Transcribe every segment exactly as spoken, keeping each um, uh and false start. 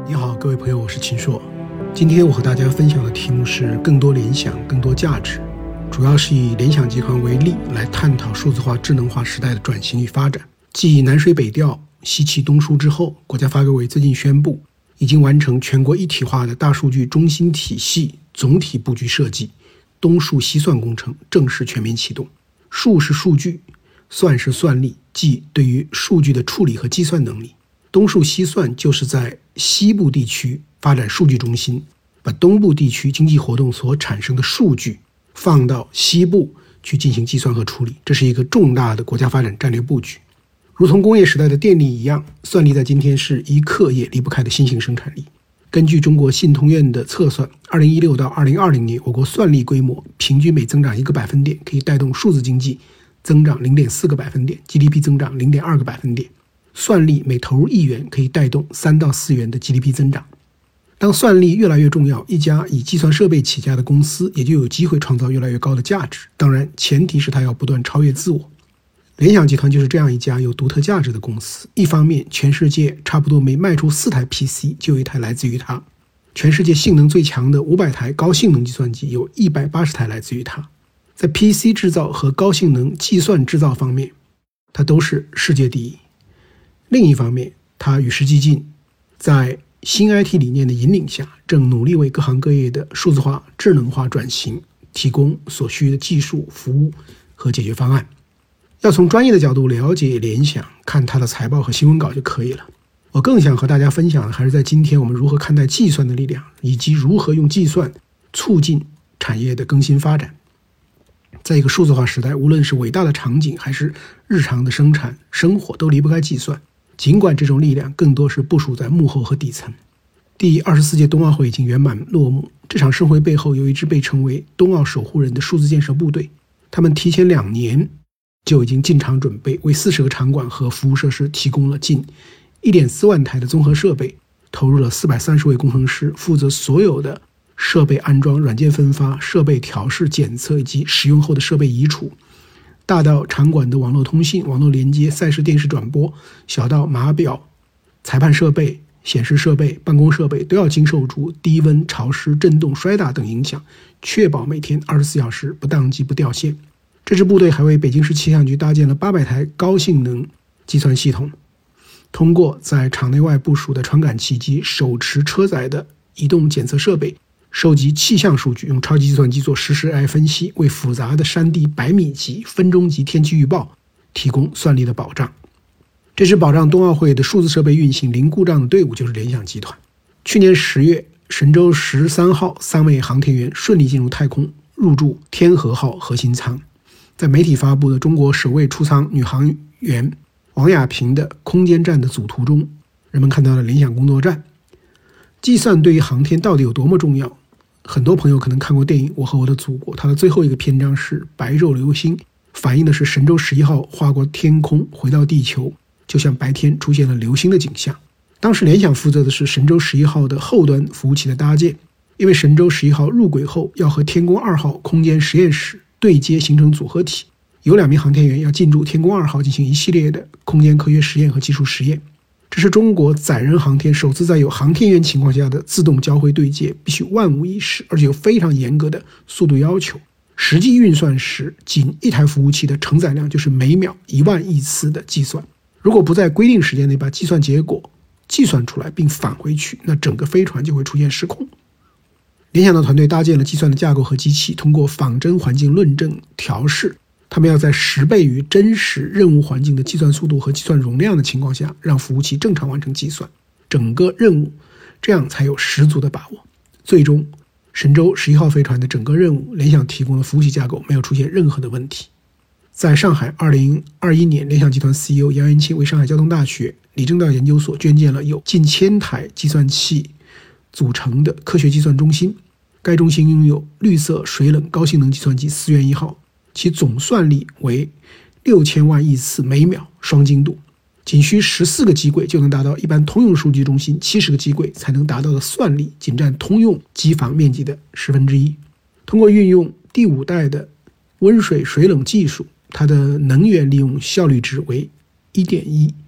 你好，各位朋友，我是秦朔。今天我和大家分享的题目是更多联想，更多价值，主要是以联想集团为例来探讨数字化智能化时代的转型与发展。继南水北调、西气东输之后，国家发改委最近宣布，已经完成全国一体化的大数据中心体系总体布局设计，东数西算工程正式全面启动。数是数据，算是算力，即对于数据的处理和计算能力。东数西算就是在西部地区发展数据中心，把东部地区经济活动所产生的数据放到西部去进行计算和处理，这是一个重大的国家发展战略布局。如同工业时代的电力一样，算力在今天是一刻也离不开的新型生产力。根据中国信通院的测算，二零一六到二零二零年，我国算力规模平均每增长一个百分点，可以带动数字经济增长 零点四个百分点， G D P 增长 零点二个百分点。算力每投入一元可以带动三到四元的 G D P 增长。当算力越来越重要，一家以计算设备起家的公司也就有机会创造越来越高的价值，当然前提是它要不断超越自我。联想集团就是这样一家有独特价值的公司。一方面，全世界差不多每卖出四台 P C 就有一台来自于它，全世界性能最强的五百台高性能计算机有一百八十台来自于它。在 P C 制造和高性能计算制造方面，它都是世界第一。另一方面，它与时俱进，在新 I T 理念的引领下，正努力为各行各业的数字化、智能化转型提供所需的技术、服务和解决方案。要从专业的角度了解联想，看它的财报和新闻稿就可以了。我更想和大家分享的还是在今天我们如何看待计算的力量，以及如何用计算促进产业的更新发展。在一个数字化时代，无论是伟大的场景还是日常的生产生活，都离不开计算。尽管这种力量更多是部署在幕后和底层。第二十四届冬奥会已经圆满落幕，这场盛会背后有一支被称为冬奥守护人的数字建设部队，他们提前两年就已经进场准备，为四十个场馆和服务设施提供了近 一点四万台的综合设备，投入了四百三十位工程师，负责所有的设备安装、软件分发、设备调试、检测以及使用后的设备移除。大到场馆的网络通信、网络连接、赛事电视转播，小到码表、裁判设备、显示设备、办公设备，都要经受住低温、潮湿、震动、摔打等影响，确保每天二十四小时不宕机、不掉线。这支部队还为北京市气象局搭建了八百台高性能计算系统，通过在场内外部署的传感器及手持车载的移动检测设备，收集气象数据，用超级计算机做实时 A I 分析，为复杂的山地百米级、分钟级天气预报提供算力的保障。这支保障冬奥会的数字设备运行零故障的队伍就是联想集团。去年十月，神舟十三号三位航天员顺利进入太空，入住天和号核心舱。在媒体发布的中国首位出舱女航员王亚平的空间站的组图中，人们看到了联想工作站。计算对于航天到底有多么重要？很多朋友可能看过电影《我和我的祖国》，它的最后一个篇章是白昼流星，反映的是神舟十一号划过天空回到地球，就像白天出现了流星的景象。当时联想负责的是神舟十一号的后端服务器的搭建，因为神舟十一号入轨后要和天宫二号空间实验室对接形成组合体，有两名航天员要进驻天宫二号进行一系列的空间科学实验和技术实验。这是中国载人航天首次在有航天员情况下的自动交会对接，必须万无一失，而且有非常严格的速度要求。实际运算时，仅一台服务器的承载量就是每秒一万亿次的计算。如果不在规定时间内把计算结果计算出来并返回去，那整个飞船就会出现失控。联想的团队搭建了计算的架构和机器，通过仿真环境论证调试，他们要在十倍于真实任务环境的计算速度和计算容量的情况下，让服务器正常完成计算整个任务，这样才有十足的把握。最终神舟十一号飞船的整个任务，联想提供的服务器架构没有出现任何的问题。在上海二零二一年，联想集团 C E O 杨元庆为上海交通大学李政道研究所捐建了有近千台计算器组成的科学计算中心，该中心拥有绿色水冷高性能计算机思源一号，其总算力为六千万亿次每秒双精度，仅需十四个机柜就能达到一般通用数据中心七十个机柜才能达到的算力，仅占通用机房面积的十分之一。通过运用第五代的温水水冷技术，它的能源利用效率值为 一点一，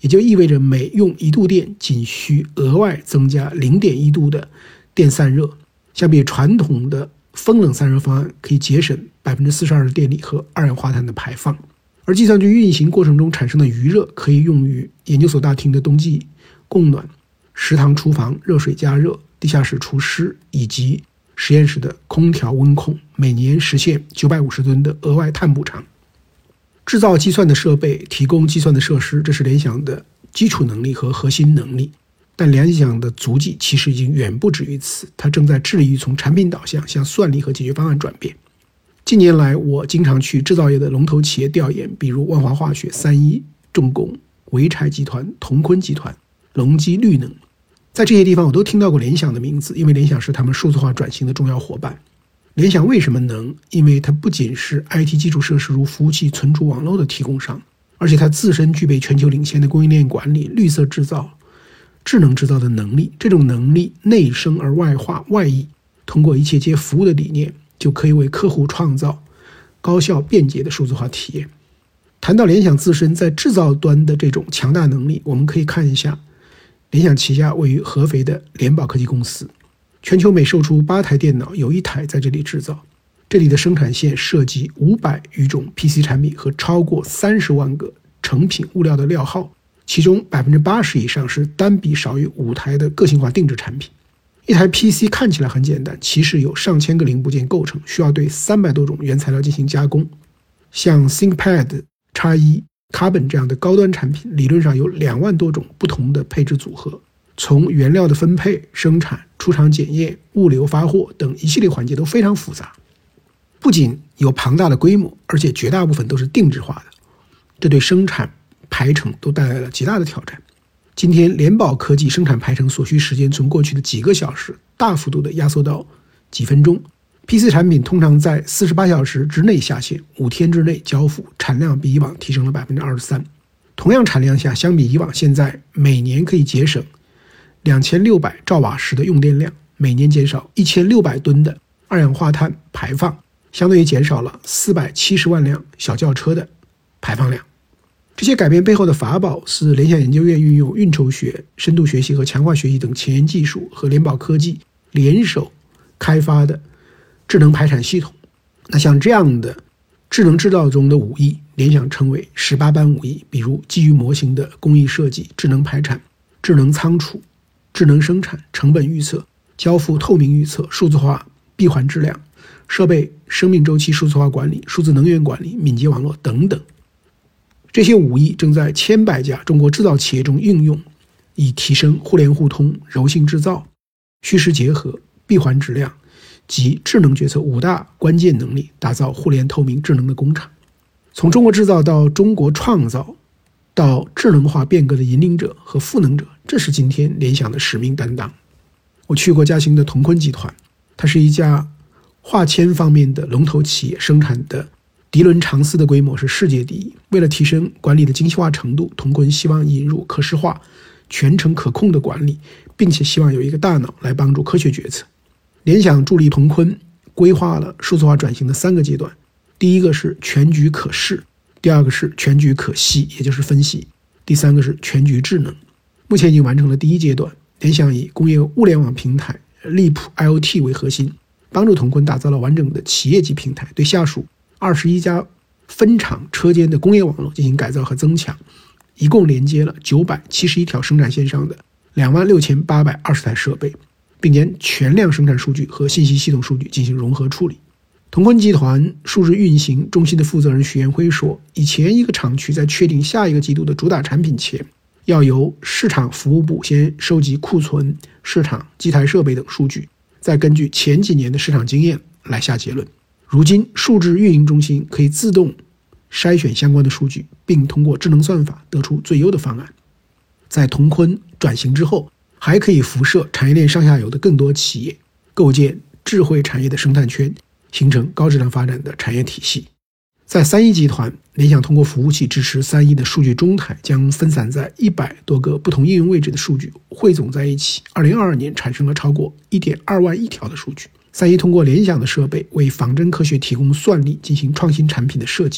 也就意味着每用一度电仅需额外增加 零点一 度的电散热，相比传统的风冷散热方案可以节省 百分之四十二 的电力和二氧化碳的排放。而计算机运行过程中产生的余热可以用于研究所大厅的冬季供暖、食堂厨房热水加热、地下室除湿以及实验室的空调温控，每年实现九百五十吨的额外碳补偿。制造计算的设备，提供计算的设施，这是联想的基础能力和核心能力。但联想的足迹其实已经远不止于此，它正在致力于从产品导向向算力和解决方案转变。近年来，我经常去制造业的龙头企业调研，比如万华化学、三一重工、潍柴集团、同坤集团、隆基绿能。在这些地方我都听到过联想的名字，因为联想是他们数字化转型的重要伙伴。联想为什么能？因为它不仅是 I T 基础设施如服务器、存储网络的提供商，而且它自身具备全球领先的供应链管理、绿色制造、智能制造的能力。这种能力内生而外化、外溢，通过一切皆服务的理念，就可以为客户创造高效便捷的数字化体验。谈到联想自身在制造端的这种强大能力，我们可以看一下联想旗下位于合肥的联保科技公司，全球每售出八台电脑，有一台在这里制造。这里的生产线涉及五百余种 P C 产品和超过三十万个成品物料的料号，其中 百分之八十 以上是单笔少于五台的个性化定制产品。一台 P C 看起来很简单，其实有上千个零部件构成，需要对三百多种原材料进行加工。像 ThinkPad、X 一、Carbon 这样的高端产品，理论上有两万多种不同的配置组合，从原料的分配、生产、出厂检验、物流发货等一系列环节都非常复杂，不仅有庞大的规模，而且绝大部分都是定制化的，这对生产排程都带来了极大的挑战。今天联保科技生产排程所需时间从过去的几个小时大幅度的压缩到几分钟， P C 产品通常在四十八小时之内下线，五天之内交付，产量比以往提升了 百分之二十三。 同样产量下，相比以往，现在每年可以节省两千六百兆瓦时的用电量，每年减少一千六百吨的二氧化碳排放，相对于减少了四百七十万辆小轿车的排放量。这些改变背后的法宝是联想研究院运用运筹学、深度学习和强化学习等前沿技术和联保科技联手开发的智能排产系统。那像这样的智能制造中的五艺，联想称为十八般武艺，比如基于模型的工艺设计、智能排产、智能仓储、智能生产、成本预测、交付透明预测、数字化闭环质量、设备生命周期数字化管理、数字能源管理、敏捷网络等等。这些武艺正在千百家中国制造企业中应用，以提升互联互通、柔性制造、虚实结合、闭环质量及智能决策五大关键能力，打造互联透明智能的工厂。从中国制造到中国创造，到智能化变革的引领者和赋能者，这是今天联想的使命担当。我去过嘉兴的同坤集团，它是一家化纤方面的龙头企业，生产的涤纶长丝的规模是世界第一。为了提升管理的精细化程度，同坤希望引入可视化、全程可控的管理，并且希望有一个大脑来帮助科学决策。联想助力同坤规划了数字化转型的三个阶段，第一个是全局可视，第二个是全局可析，也就是分析，第三个是全局智能。目前已经完成了第一阶段，联想以工业物联网平台 Leap I O T 为核心，帮助同坤打造了完整的企业级平台，对下属二十一家分厂车间的工业网络进行改造和增强，一共连接了九百七十一条生产线上的两万六千八百二十台设备，并将全量生产数据和信息系统数据进行融合处理。同坤集团数字运行中心的负责人许彦辉说，以前一个厂区在确定下一个季度的主打产品前，要由市场服务部先收集库存、市场、机台设备等数据，再根据前几年的市场经验来下结论。如今数字运营中心可以自动筛选相关的数据，并通过智能算法得出最优的方案。在同坤转型之后，还可以辐射产业链上下游的更多企业，构建智慧产业的生态圈，形成高质量发展的产业体系。在三一集团，联想通过服务器支持三一的数据中台，将分散在一百多个不同应用位置的数据汇总在一起，二零二二年产生了超过 一点二万亿条的数据。三一通过联想的设备为仿真科学提供算力，进行创新产品的设计。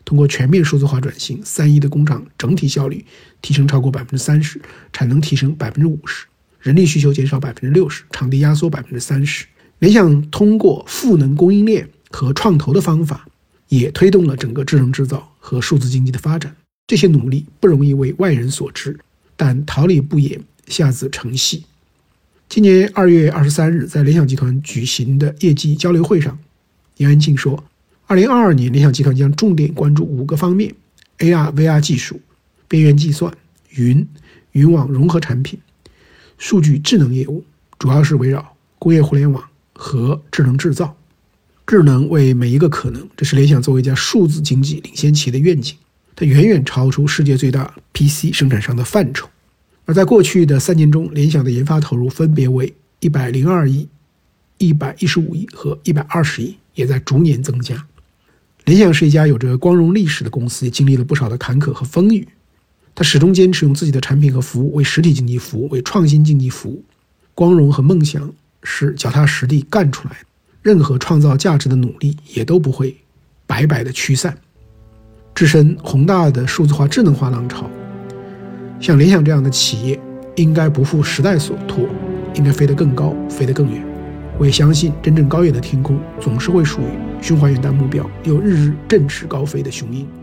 通过全面数字化转型，三一的工厂整体效率提升超过 百分之三十， 产能提升 百分之五十， 人力需求减少 百分之六十， 场地压缩 百分之三十。 联想通过赋能供应链和创投的方法，也推动了整个智能制造和数字经济的发展。这些努力不容易为外人所知，但桃李不言，下自成蹊。今年二月二十三日，在联想集团举行的业绩交流会上，杨元庆说，二零二二年联想集团将重点关注五个方面： A R V R 技术、边缘计算、云、云网融合产品、数据智能业务，主要是围绕工业互联网和智能制造。智能为每一个可能，这是联想作为一家数字经济领先企业的愿景，它远远超出世界最大 P C 生产商的范畴。而在过去的三年中，联想的研发投入分别为一百零二亿、一百一十五亿和一百二十亿，也在逐年增加。联想是一家有着光荣历史的公司，也经历了不少的坎坷和风雨。它始终坚持用自己的产品和服务为实体经济服务，为创新经济服务。光荣和梦想是脚踏实地干出来的，任何创造价值的努力也都不会白白的驱散。置身宏大的数字化智能化浪潮，像联想这样的企业应该不负时代所托，应该飞得更高，飞得更远。我也相信真正高远的天空总是会属于胸怀远大目标又日日振翅高飞的雄鹰。